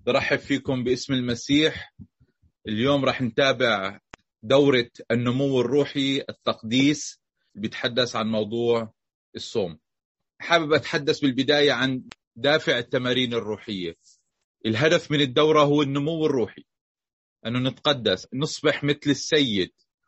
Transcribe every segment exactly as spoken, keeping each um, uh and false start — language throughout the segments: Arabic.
برحب فيكم باسم المسيح. اليوم راح نتابع دورة النمو الروحي التقديس اللي بيتحدث عن موضوع الصوم. حابب أتحدث بالبداية عن دافع التمارين الروحية. الهدف من الدورة هو النمو الروحي، أنه نتقدس، نصبح مثل السيد،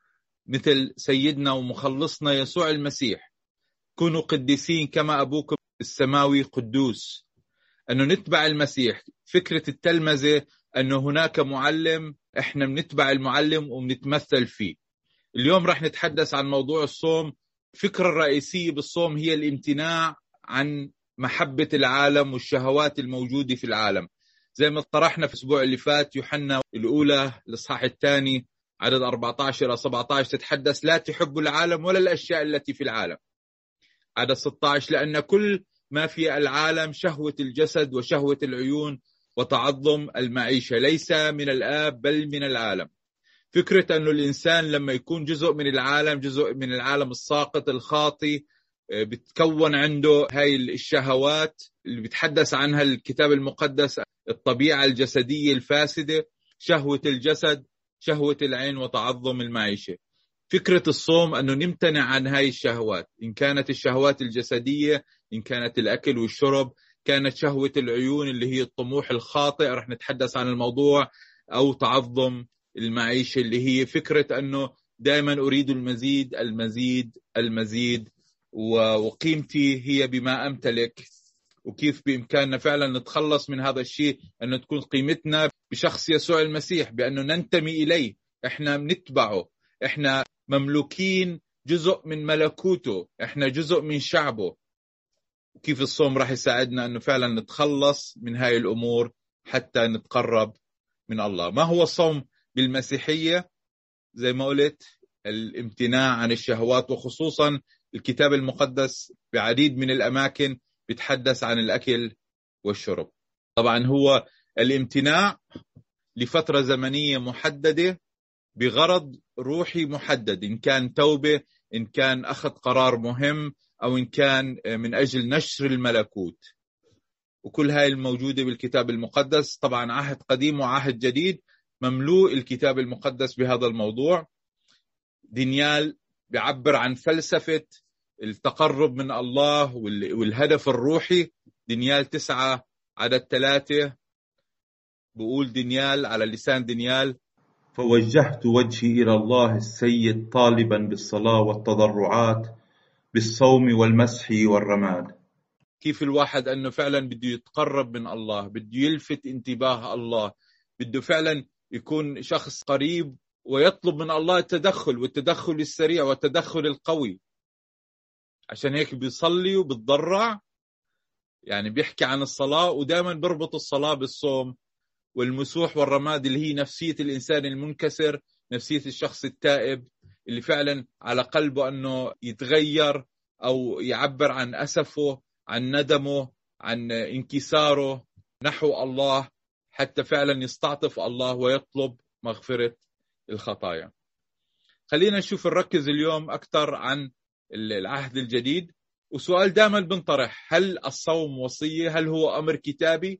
مثل سيدنا ومخلصنا يسوع المسيح. كونوا قديسين كما أبوكم السماوي قدوس. أنه نتبع المسيح. فكرة التلمذة أنه هناك معلم، إحنا بنتبع المعلم وبنتمثل فيه. اليوم راح نتحدث عن موضوع الصوم. الفكرة الرئيسية بالصوم هي الامتناع عن محبة العالم والشهوات الموجودة في العالم. زي ما طرحنا في الأسبوع اللي فات، يوحنا الأولى الإصحاح الثاني عدد أربعة عشر إلى سبعة عشر تتحدث لا تحبوا العالم ولا الأشياء التي في العالم. عدد ستة عشر لأن كل ما في العالم شهوة الجسد وشهوة العيون وتعظم المعيشة ليس من الآب بل من العالم. فكرة أنه الإنسان لما يكون جزء من العالم، جزء من العالم الساقط الخاطي، بتكون عنده هاي الشهوات اللي بتحدث عنها الكتاب المقدس، الطبيعة الجسدية الفاسدة، شهوة الجسد، شهوة العين وتعظم المعيشة. فكرة الصوم أنه نمتنع عن هاي الشهوات، إن كانت الشهوات الجسدية، إن كانت الأكل والشرب، كانت شهوة العيون اللي هي الطموح الخاطئ، رح نتحدث عن الموضوع، أو تعظم المعيشة اللي هي فكرة أنه دائما أريد المزيد المزيد المزيد، وقيمتي هي بما أمتلك. وكيف بإمكاننا فعلا نتخلص من هذا الشيء، أنه تكون قيمتنا بشخص يسوع المسيح، بأنه ننتمي إليه، إحنا بنتبعه، إحنا مملوكين جزء من ملكوته، إحنا جزء من شعبه. وكيف الصوم راح يساعدنا أنه فعلا نتخلص من هاي الأمور حتى نتقرب من الله. ما هو الصوم بالمسيحية؟ زي ما قلت، الامتناع عن الشهوات، وخصوصا الكتاب المقدس بعديد من الأماكن بيتحدث عن الأكل والشرب. طبعا هو الامتناع لفترة زمنية محددة بغرض روحي محدد، إن كان توبة، إن كان أخذ قرار مهم، أو إن كان من أجل نشر الملكوت. وكل هاي الموجودة بالكتاب المقدس. طبعا عهد قديم وعهد جديد مملوء الكتاب المقدس بهذا الموضوع. دانيال بيعبر عن فلسفة التقرب من الله والهدف الروحي. دانيال تسعة عدد ثلاثة بقول دانيال على لسان دانيال: فوجهت وجهي إلى الله السيد طالبا بالصلاة والتضرعات بالصوم والمسح والرماد. كيف الواحد أنه فعلا بده يتقرب من الله، بده يلفت انتباه الله، بده فعلا يكون شخص قريب ويطلب من الله التدخل، والتدخل السريع والتدخل القوي. عشان هيك بيصلي وبتضرع، يعني بيحكي عن الصلاة، ودائما بربط الصلاة بالصوم والمسوح والرماد، اللي هي نفسية الإنسان المنكسر، نفسية الشخص التائب اللي فعلا على قلبه أنه يتغير، أو يعبر عن أسفه، عن ندمه، عن انكساره نحو الله، حتى فعلا يستعطف الله ويطلب مغفرة الخطايا. خلينا نشوف، نركز اليوم أكثر عن العهد الجديد. وسؤال دائما بنطرح: هل الصوم وصية؟ هل هو أمر كتابي؟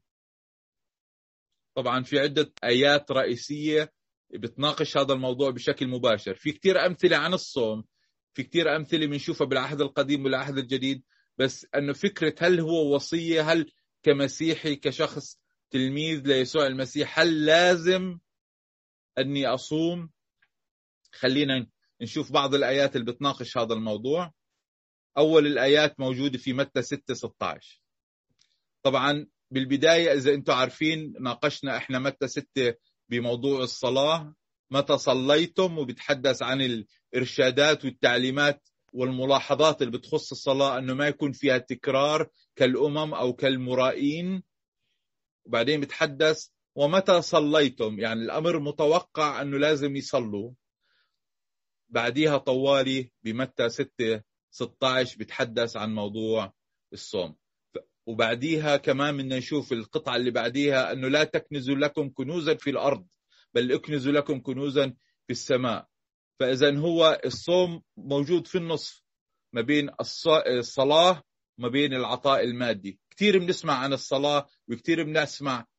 طبعا في عدة آيات رئيسية بتناقش هذا الموضوع بشكل مباشر. في كتير أمثلة عن الصوم، في كتير أمثلة بنشوفها بالعهد القديم والعهد الجديد، بس أنه فكرة هل هو وصية، هل كمسيحي كشخص تلميذ ليسوع المسيح هل لازم أني أصوم؟ خلينا نشوف بعض الآيات اللي بتناقش هذا الموضوع. أول الآيات موجودة في متى ستة ستة عشر. طبعا بالبداية إذا أنتم عارفين ناقشنا إحنا متى ستة بموضوع الصلاة، متى صليتم، وبتحدث عن الإرشادات والتعليمات والملاحظات اللي بتخص الصلاة، أنه ما يكون فيها تكرار كالأمم أو كالمرائين. وبعدين بتحدث ومتى صليتم، يعني الأمر متوقع أنه لازم يصلوا. بعديها طوالي بمتى ستة ستة عشر بتحدث عن موضوع الصوم. وبعديها كمان بدنا نشوف القطعة اللي بعديها أنه لا تكنزوا لكم كنوزا في الأرض بل اكنزوا لكم كنوزا في السماء. فإذا هو الصوم موجود في النصف ما بين الصلاة وما بين العطاء المادي. كتير بنسمع عن الصلاة وكتير بنسمع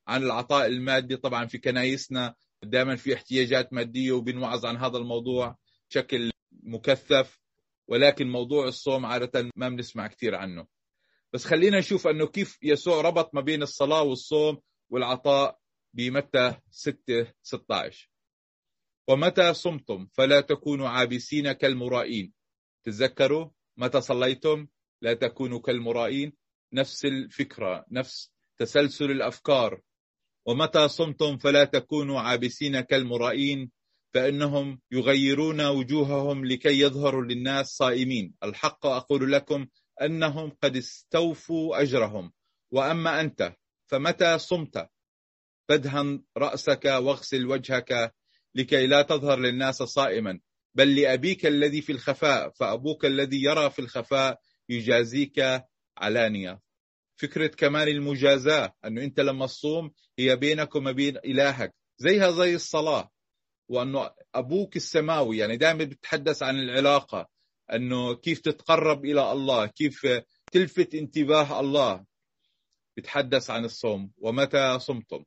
عن العطاء المادي. طبعا في كنايسنا دائما في احتياجات مادية وبنوعظ عن هذا الموضوع بشكل مكثف، ولكن موضوع الصوم عادة ما بنسمع كثير عنه. بس خلينا نشوف أنه كيف يسوع ربط ما بين الصلاة والصوم والعطاء بمتى ستة ستة عشر. ومتى صمتم فلا تكونوا عابسين كالمرائين. تتذكروا متى صليتم لا تكونوا كالمرائين، نفس الفكرة، نفس تسلسل الأفكار. ومتى صمتم فلا تكونوا عابسين كالمرائين فإنهم يغيرون وجوههم لكي يظهروا للناس صائمين. الحق أقول لكم أنهم قد استوفوا أجرهم. وأما أنت فمتى صمت فادهن رأسك واغسل وجهك لكي لا تظهر للناس صائما، بل لأبيك الذي في الخفاء، فأبوك الذي يرى في الخفاء يجازيك علانية. فكرة كمان المجازاة، أنه أنت لما تصوم هي بينك وما بين إلهك، زيها زي الصلاة. وأنه أبوك السماوي يعني دائما بتحدث عن العلاقة، أنه كيف تتقرب إلى الله، كيف تلفت انتباه الله. بتحدث عن الصوم. ومتى صمتم.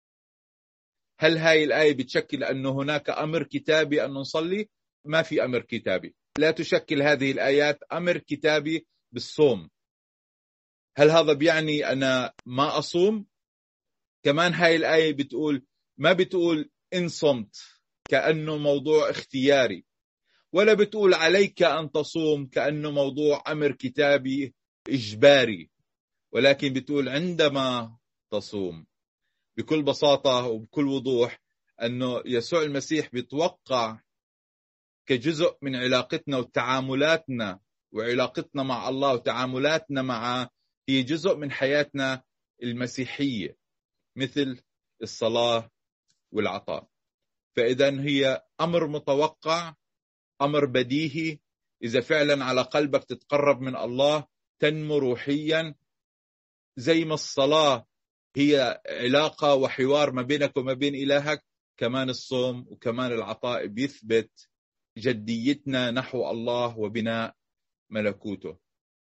هل هاي الآية بتشكل أنه هناك أمر كتابي أن نصلي؟ ما في أمر كتابي. لا تشكل هذه الآيات أمر كتابي بالصوم. هل هذا بيعني أنا ما أصوم؟ كمان هاي الآية بتقول ما بتقول إن صمت كأنه موضوع اختياري، ولا بتقول عليك أن تصوم كأنه موضوع أمر كتابي إجباري، ولكن بتقول عندما تصوم. بكل بساطة وبكل وضوح أنه يسوع المسيح بيتوقع كجزء من علاقتنا وتعاملاتنا وعلاقتنا مع الله وتعاملاتنا معه هي جزء من حياتنا المسيحية، مثل الصلاة والعطاء. فإذا هي أمر متوقع، أمر بديهي. إذا فعلا على قلبك تتقرب من الله تنمو روحيا، زي ما الصلاة هي علاقة وحوار ما بينك وما بين إلهك، كمان الصوم وكمان العطاء بيثبت جديتنا نحو الله وبناء ملكوته.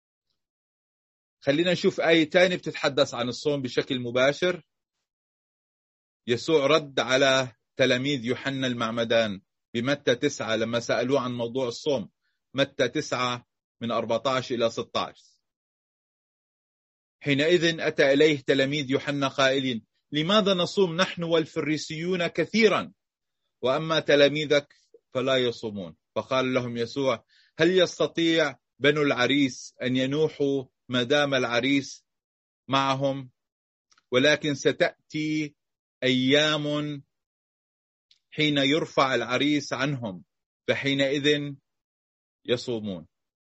خلينا نشوف آية تانية بتتحدث عن الصوم بشكل مباشر. يسوع رد على تلاميذ يوحنا المعمدان بمتى تسعة لما سألوه عن موضوع الصوم. متى تسعة من أربعة عشر إلى ستة عشر. حينئذ أتى إليه تلاميذ يوحنا قائلين: لماذا نصوم نحن والفريسيون كثيرا وأما تلاميذك فلا يصومون؟ فقال لهم يسوع: هل يستطيع بنو العريس أن ينوحوا ما دام العريس معهم؟ ولكن ستأتي أيام حين يرفع العريس عنهم فحينئذ يصومون.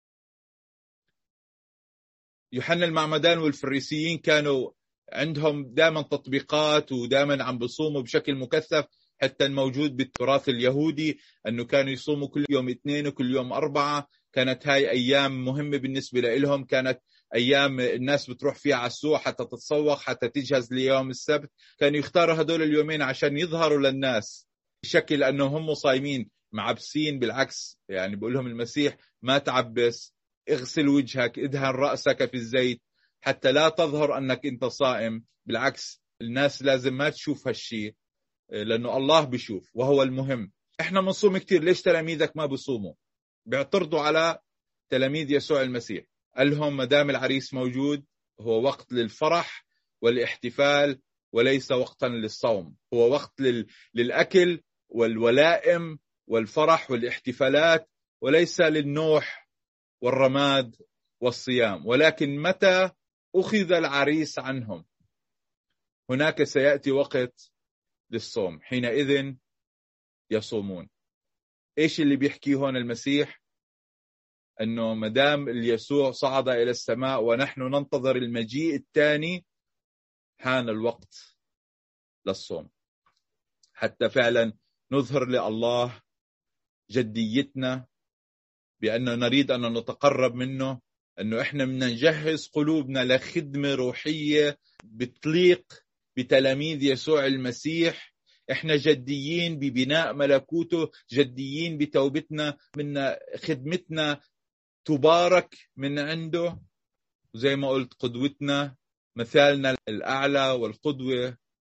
يوحنا المعمدان والفريسيين كانوا عندهم دائما تطبيقات ودائما عم بيصوموا بشكل مكثف، حتى الموجود بالتراث اليهودي أنه كانوا يصوموا كل يوم اثنين وكل يوم أربعة. كانت هاي أيام مهمة بالنسبة لهم، كانت أيام الناس بتروح فيها على السوق حتى تتسوق حتى تجهز ليوم السبت. كانوا يختاروا هدول اليومين عشان يظهروا للناس بشكل أنه هم صايمين معبسين. بالعكس يعني بقول لهم المسيح: ما تعبس، اغسل وجهك، ادهن رأسك في الزيت حتى لا تظهر أنك أنت صائم. بالعكس الناس لازم ما تشوف هالشيء، لأنه الله بيشوف وهو المهم. إحنا بنصوم كتير، ليش تلاميذك ما بيصوموا؟ بيعترضوا على تلاميذ يسوع المسيح. قال لهم: ما دام العريس موجود هو وقت للفرح والاحتفال وليس وقتا للصوم. هو وقت لل... للأكل والولائم والفرح والاحتفالات، وليس للنوح والرماد والصيام. ولكن متى أخذ العريس عنهم هناك سيأتي وقت للصوم، حينئذ يصومون. إيش اللي بيحكي هون المسيح؟ أنه مدام اليسوع صعد إلى السماء ونحن ننتظر المجيء الثاني، حان الوقت للصوم حتى فعلا نظهر لله جديتنا بأنه نريد أن نتقرب منه، أنه إحنا بدنا نجهز قلوبنا لخدمة روحية بتليق بتلاميذ يسوع المسيح. إحنا جديين ببناء ملكوته، جديين بتوبتنا، من خدمتنا تبارك من عنده. وزي ما قلت قدوتنا مثالنا الأعلى والقدوة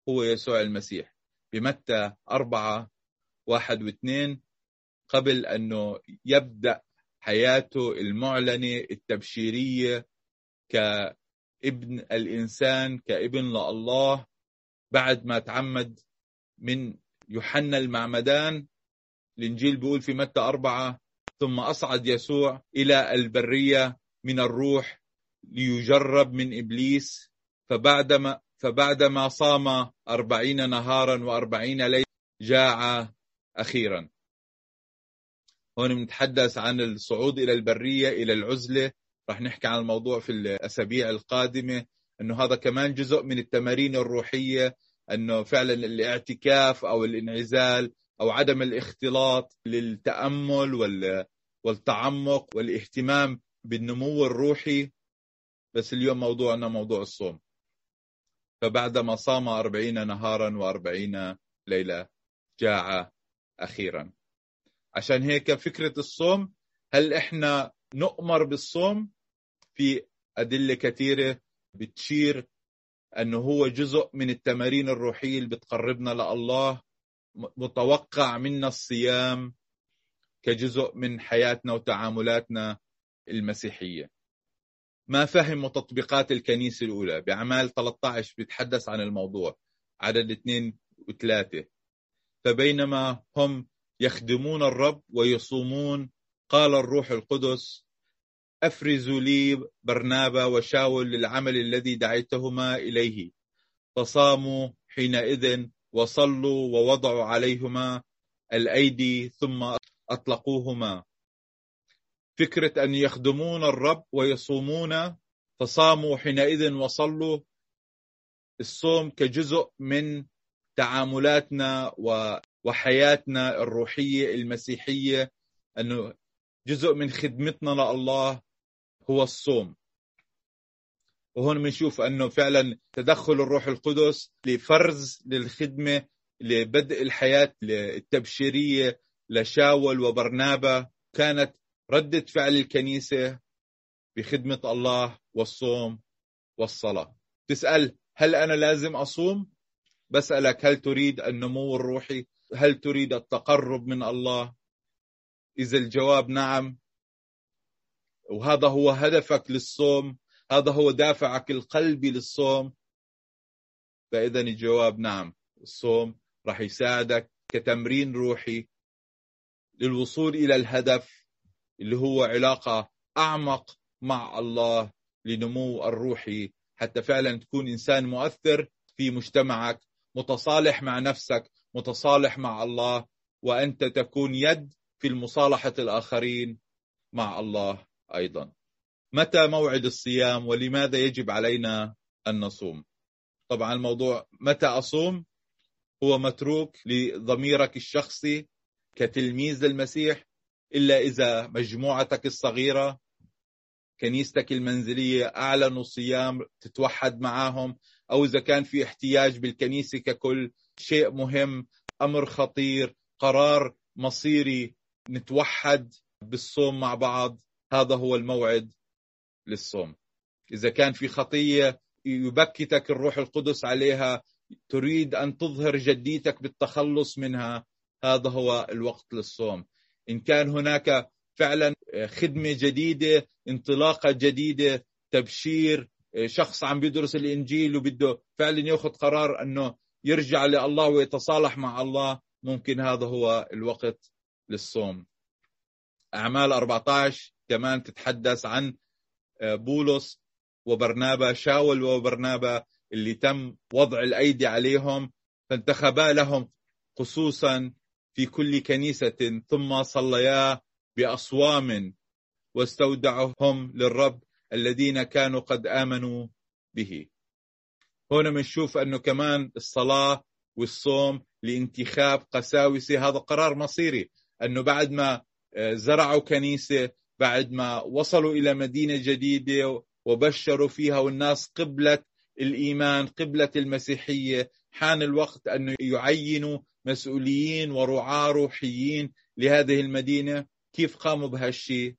هو يسوع المسيح. بمتى أربعة واحد واثنين، قبل أنه يبدأ حياته المعلنة التبشيرية كابن الإنسان، كابن لله، بعد ما تعمد من يوحنا المعمدان، الإنجيل بيقول في متى أربعة: ثم أصعد يسوع إلى البرية من الروح ليجرب من إبليس، فبعدما فبعدما صام أربعين نهارا وأربعين ليلة جاع أخيرا. هون بنتحدث عن الصعود إلى البرية، إلى العزلة. رح نحكي عن الموضوع في الأسابيع القادمة، أنه هذا كمان جزء من التمارين الروحية، أنه فعلا الاعتكاف أو الانعزال أو عدم الاختلاط للتأمل والتعمق والاهتمام بالنمو الروحي. بس اليوم موضوعنا موضوع الصوم. فبعدما صام أربعين نهارا وأربعين ليلة جاع أخيرا. عشان هيك فكرة الصوم، هل إحنا نؤمر بالصوم؟ في أدلة كثيرة بتشير أنه هو جزء من التمارين الروحية اللي بتقربنا لله. متوقع منا الصيام كجزء من حياتنا وتعاملاتنا المسيحية. ما فهم تطبيقات الكنيسة الأولى بأعمال ثلاثة عشر بيتحدث عن الموضوع، عدد اثنين وثلاثة: فبينما هم يخدمون الرب ويصومون قال الروح القدس: أفرزوا لي برنابا وشاول للعمل الذي دعيتهما إليه. فصاموا حينئذ وصلوا ووضعوا عليهما الأيدي ثم أطلقوهما. فكرة أن يخدمون الرب ويصومون، فصاموا حينئذ وصلوا. الصوم كجزء من تعاملاتنا وحياتنا الروحية المسيحية، أنه جزء من خدمتنا لله هو الصوم. وهون بنشوف أنه فعلا تدخل الروح القدس لفرز للخدمة، لبدء الحياة التبشيرية لشاول وبرنابا، كانت ردة فعل الكنيسة بخدمة الله والصوم والصلاة. تسأل هل أنا لازم أصوم؟ بسألك، هل تريد النمو الروحي؟ هل تريد التقرب من الله؟ إذا الجواب نعم، وهذا هو هدفك للصوم، هذا هو دافعك القلبي للصوم، فإذا الجواب نعم. الصوم راح يساعدك كتمرين روحي للوصول إلى الهدف اللي هو علاقة أعمق مع الله، لنمو الروحي، حتى فعلا تكون إنسان مؤثر في مجتمعك، متصالح مع نفسك، متصالح مع الله، وأنت تكون يد في المصالحة الآخرين مع الله أيضا. متى موعد الصيام ولماذا يجب علينا أن نصوم؟ طبعا الموضوع متى أصوم هو متروك لضميرك الشخصي كتلميذ للمسيح، إلا إذا مجموعتك الصغيرة كنيستك المنزلية أعلنوا الصيام تتوحد معهم، أو إذا كان في احتياج بالكنيسة ككل، شيء مهم، أمر خطير، قرار مصيري، نتوحد بالصوم مع بعض، هذا هو الموعد للصوم. إذا كان في خطية يبكتك الروح القدس عليها، تريد أن تظهر جديتك بالتخلص منها، هذا هو الوقت للصوم. إن كان هناك فعلا خدمة جديدة، انطلاقة جديدة، تبشير، شخص عم بيدرس الإنجيل وبده فعلا يأخذ قرار أنه يرجع لله ويتصالح مع الله، ممكن هذا هو الوقت للصوم. أعمال أربعة عشر كمان تتحدث عن بولس وبرنابا، شاول وبرنابا، اللي تم وضع الأيدي عليهم، فانتخبا لهم خصوصا في كل كنيسة، ثم صليا بأصوام واستودعهم للرب الذين كانوا قد آمنوا به. هنا بنشوف أنه كمان الصلاة والصوم لانتخاب قساوسة، هذا قرار مصيري، أنه بعد ما زرعوا كنيسة، بعد ما وصلوا إلى مدينة جديدة وبشروا فيها والناس قبلت الإيمان، قبلت المسيحية، حان الوقت أنه يعينوا مسؤولين ورعاة روحيين لهذه المدينة. كيف قاموا بهالشيء؟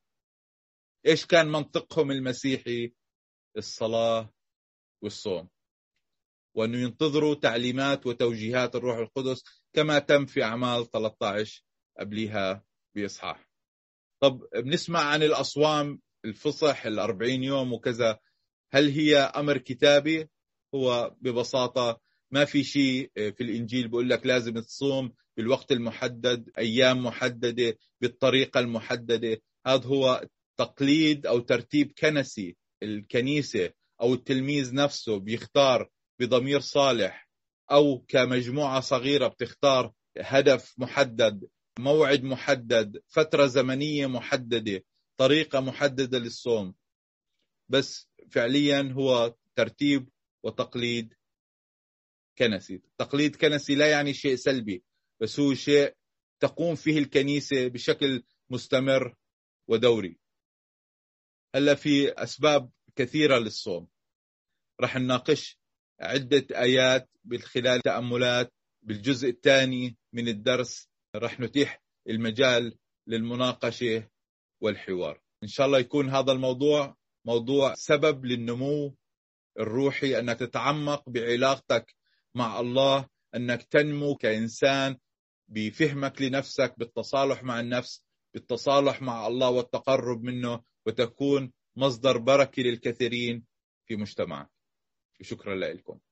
إيش كان منطقهم المسيحي؟ الصلاة والصوم. وأنه ينتظروا تعليمات وتوجيهات الروح القدس كما تم في أعمال ثلاثة عشر قبلها بإصحاح. طب بنسمع عن الأصوام، الفصح، الأربعين يوم وكذا، هل هي أمر كتابي؟ هو ببساطة ما في شيء في الإنجيل بيقول لك لازم تصوم بالوقت المحدد، أيام محددة، بالطريقة المحددة. هذا هو تقليد أو ترتيب كنسي. الكنيسة أو التلميذ نفسه بيختار بضمير صالح، أو كمجموعة صغيرة بتختار هدف محدد، موعد محدد، فترة زمنية محددة، طريقة محددة للصوم. بس فعليا هو ترتيب وتقليد كنسي. تقليد كنسي لا يعني شيء سلبي، بس هو شيء تقوم فيه الكنيسة بشكل مستمر ودوري. هلا في أسباب كثيرة للصوم، رح نناقش عدة آيات بالخلال تأملات بالجزء الثاني من الدرس. رح نتيح المجال للمناقشة والحوار. إن شاء الله يكون هذا الموضوع موضوع سبب للنمو الروحي، أنك تتعمق بعلاقتك مع الله، أنك تنمو كإنسان بفهمك لنفسك، بالتصالح مع النفس، بالتصالح مع الله والتقرب منه، وتكون مصدر بركة للكثيرين في مجتمعك. شكرا لكم.